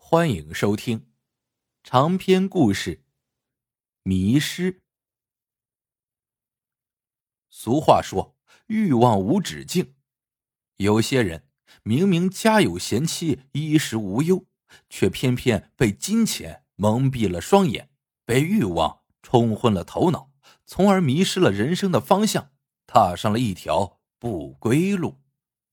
欢迎收听长篇故事《迷失》。俗话说，欲望无止境。有些人明明家有贤妻，衣食无忧，却偏偏被金钱蒙蔽了双眼，被欲望冲昏了头脑，从而迷失了人生的方向，踏上了一条不归路。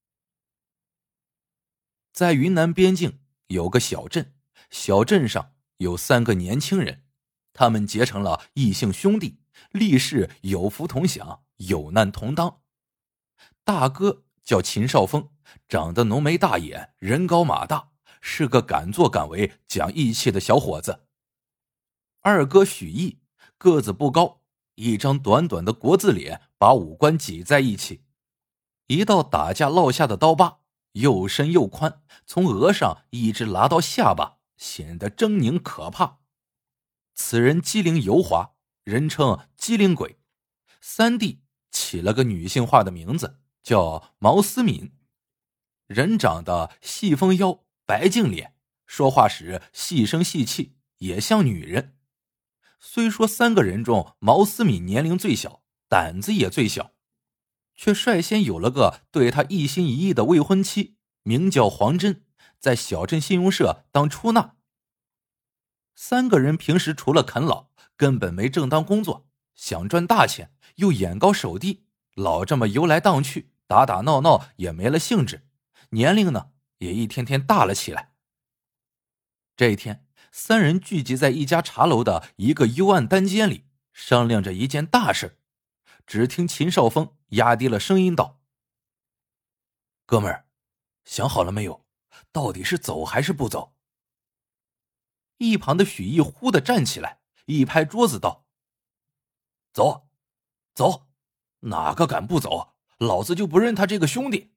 在云南边境有个小镇，小镇上有3个年轻人，他们结成了异姓兄弟，立誓有福同享，有难同当。大哥叫秦少峰，长得浓眉大眼，人高马大，是个敢作敢为、讲义气的小伙子。二哥许毅个子不高，一张短短的国字脸把五官挤在一起，一道打架落下的刀疤，又深又宽，从额上一直拉到下巴，显得狰狞可怕。此人机灵油滑，人称机灵鬼。三弟起了个女性化的名字，叫毛思敏。人长得细丰腰，白净脸，说话时细声细气，也像女人。虽说3个人中毛思敏年龄最小，胆子也最小，却率先有了个对他一心一意的未婚妻，名叫黄珍，在小镇信用社当出纳。3个人平时除了啃老，根本没正当工作，想赚大钱又眼高手低，老这么游来荡去，打打闹闹也没了兴致，年龄呢也一天天大了起来。这一天，3人聚集在一家茶楼的一个幽暗单间里，商量着一件大事。只听秦少峰压低了声音道：哥们儿，想好了没有？到底是走还是不走？一旁的许毅忽地站起来，一拍桌子道：走，走，哪个敢不走，老子就不认他这个兄弟。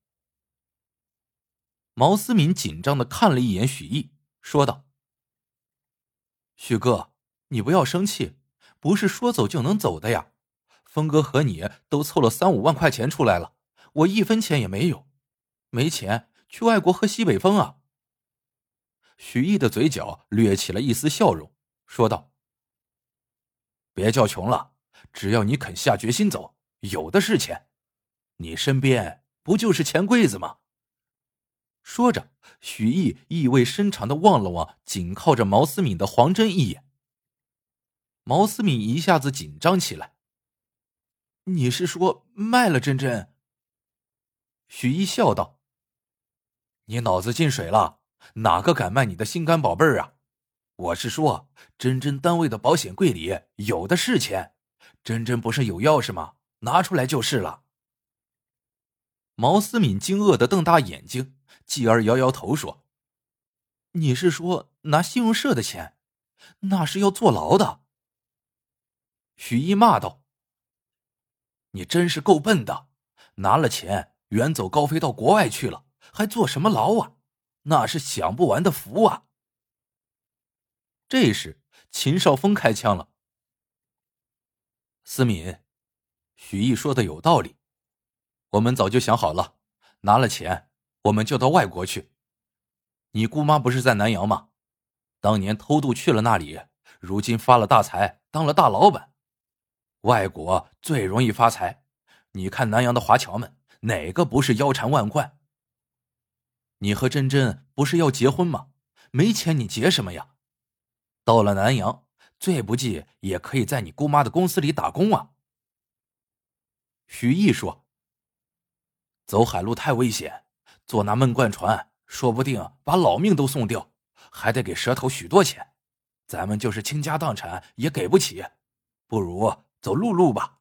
毛思敏紧张地看了一眼许毅，说道：许哥，你不要生气，不是说走就能走的呀。峰哥和你都凑了3-5万块钱出来了，我1分钱也没有，没钱去外国喝西北风啊。许毅的嘴角掠起了一丝笑容，说道：别叫穷了，只要你肯下决心走，有的是钱，你身边不就是钱柜子吗？说着，许毅意味深长地望了望紧靠着毛思敏的黄珍一眼。毛思敏一下子紧张起来：你是说卖了珍珍？许毅笑道：你脑子进水了，哪个敢卖你的心肝宝贝儿啊？我是说，珍珍单位的保险柜里有的是钱，珍珍不是有钥匙吗？拿出来就是了。毛思敏惊愕地瞪大眼睛，继而摇摇头说：你是说拿信用社的钱？那是要坐牢的。许毅骂道：你真是够笨的，拿了钱远走高飞到国外去了，还坐什么牢啊？那是享不完的福啊。这时秦少峰开枪了：思敏，许毅说的有道理，我们早就想好了，拿了钱我们就到外国去。你姑妈不是在南阳吗？当年偷渡去了那里，如今发了大财，当了大老板。外国最容易发财，你看南阳的华侨们哪个不是腰缠万贯？你和珍珍不是要结婚吗？没钱你结什么呀？到了南阳，最不济也可以在你姑妈的公司里打工啊。许毅说：走海路太危险，坐那闷罐船说不定把老命都送掉，还得给蛇头许多钱，咱们就是倾家荡产也给不起，不如走陆路吧。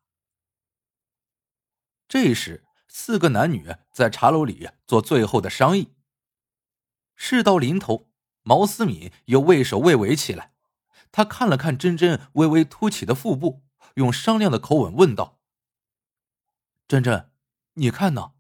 这时4个男女在茶楼里做最后的商议。事到临头，毛思敏又畏首畏尾起来，他看了看珍珍微微凸起的腹部，用商量的口吻问道：珍珍，你看呢？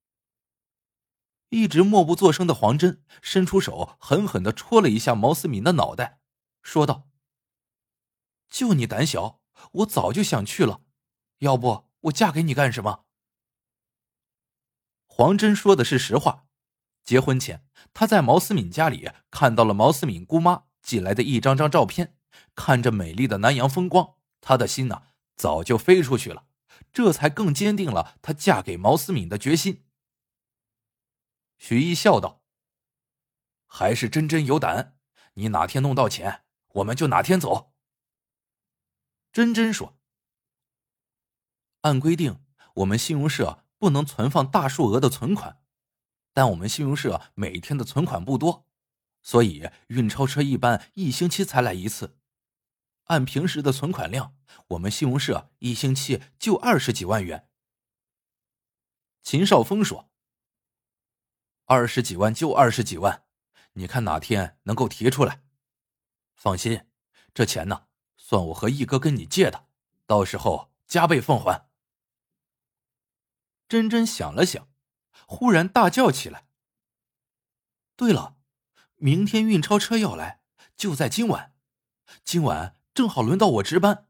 一直默不作声的黄珍伸出手狠狠地戳了一下毛思敏的脑袋，说道：就你胆小，我早就想去了，要不我嫁给你干什么？黄珍说的是实话， 结婚前，他在毛思敏家里看到了毛思敏姑妈寄来的一张张照片，看着美丽的南洋风光，他的心早就飞出去了，这才更坚定了他嫁给毛思敏的决心。许毅笑道：“还是真真有胆，你哪天弄到钱，我们就哪天走。”真真说：“按规定，我们信用社不能存放大数额的存款，但我们信用社每天的存款不多，所以运钞车一般1星期才来一次。按平时的存款量，我们信用社1星期就20几万元。”秦少峰说：“20几万就20几万，你看哪天能够提出来？放心，这钱算我和毅哥跟你借的，到时候加倍奉还。”真真想了想，忽然大叫起来：“对了，明天运钞车要来，就在今晚，今晚正好轮到我值班。”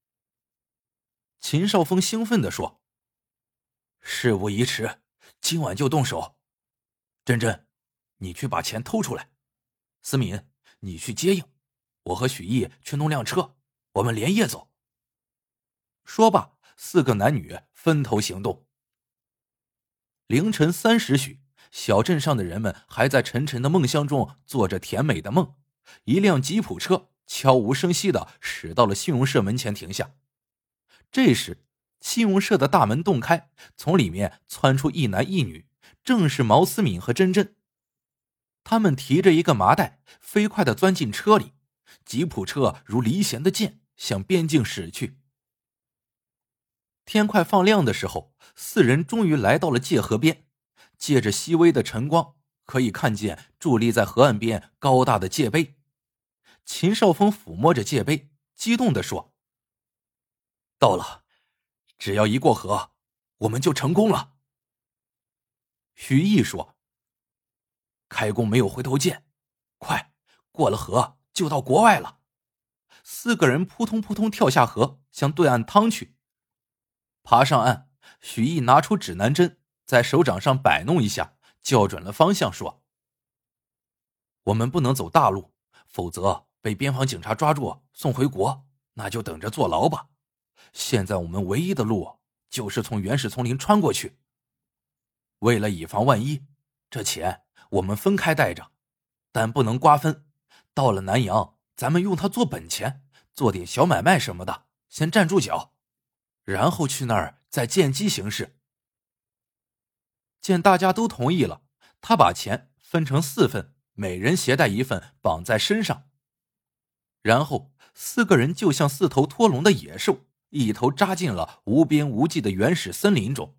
秦少峰兴奋地说：“事不宜迟，今晚就动手。真真，你去把钱偷出来。思敏，你去接应，我和许毅去弄辆车，我们连夜走。”说罢，4个男女分头行动。凌晨3时许，小镇上的人们还在沉沉的梦乡中做着甜美的梦。一辆吉普车悄无声息地驶到了信用社门前停下。这时，信用社的大门洞开，从里面窜出一男一女，正是毛思敏和真真。他们提着一个麻袋，飞快地钻进车里。吉普车如离弦的箭，向边境驶去。天快放亮的时候，4人终于来到了界河边。借着细微的晨光，可以看见伫立在河岸边高大的界碑。秦少峰抚摸着界碑，激动地说：“到了，只要一过河，我们就成功了。”许毅说：“开弓没有回头箭，快，过了河就到国外了。”4个人扑通扑通跳下河，向对岸趟去。爬上岸，许毅拿出指南针，在手掌上摆弄一下，校准了方向，说：“我们不能走大路，否则被边防警察抓住送回国，那就等着坐牢吧。现在我们唯一的路就是从原始丛林穿过去。为了以防万一，这钱我们分开带着，但不能瓜分。到了南洋，咱们用它做本钱，做点小买卖什么的，先站住脚，然后去那儿再见机行事。”见大家都同意了，他把钱分成4份，每人携带1份绑在身上。然后4个人就像4头脱笼的野兽，一头扎进了无边无际的原始森林中。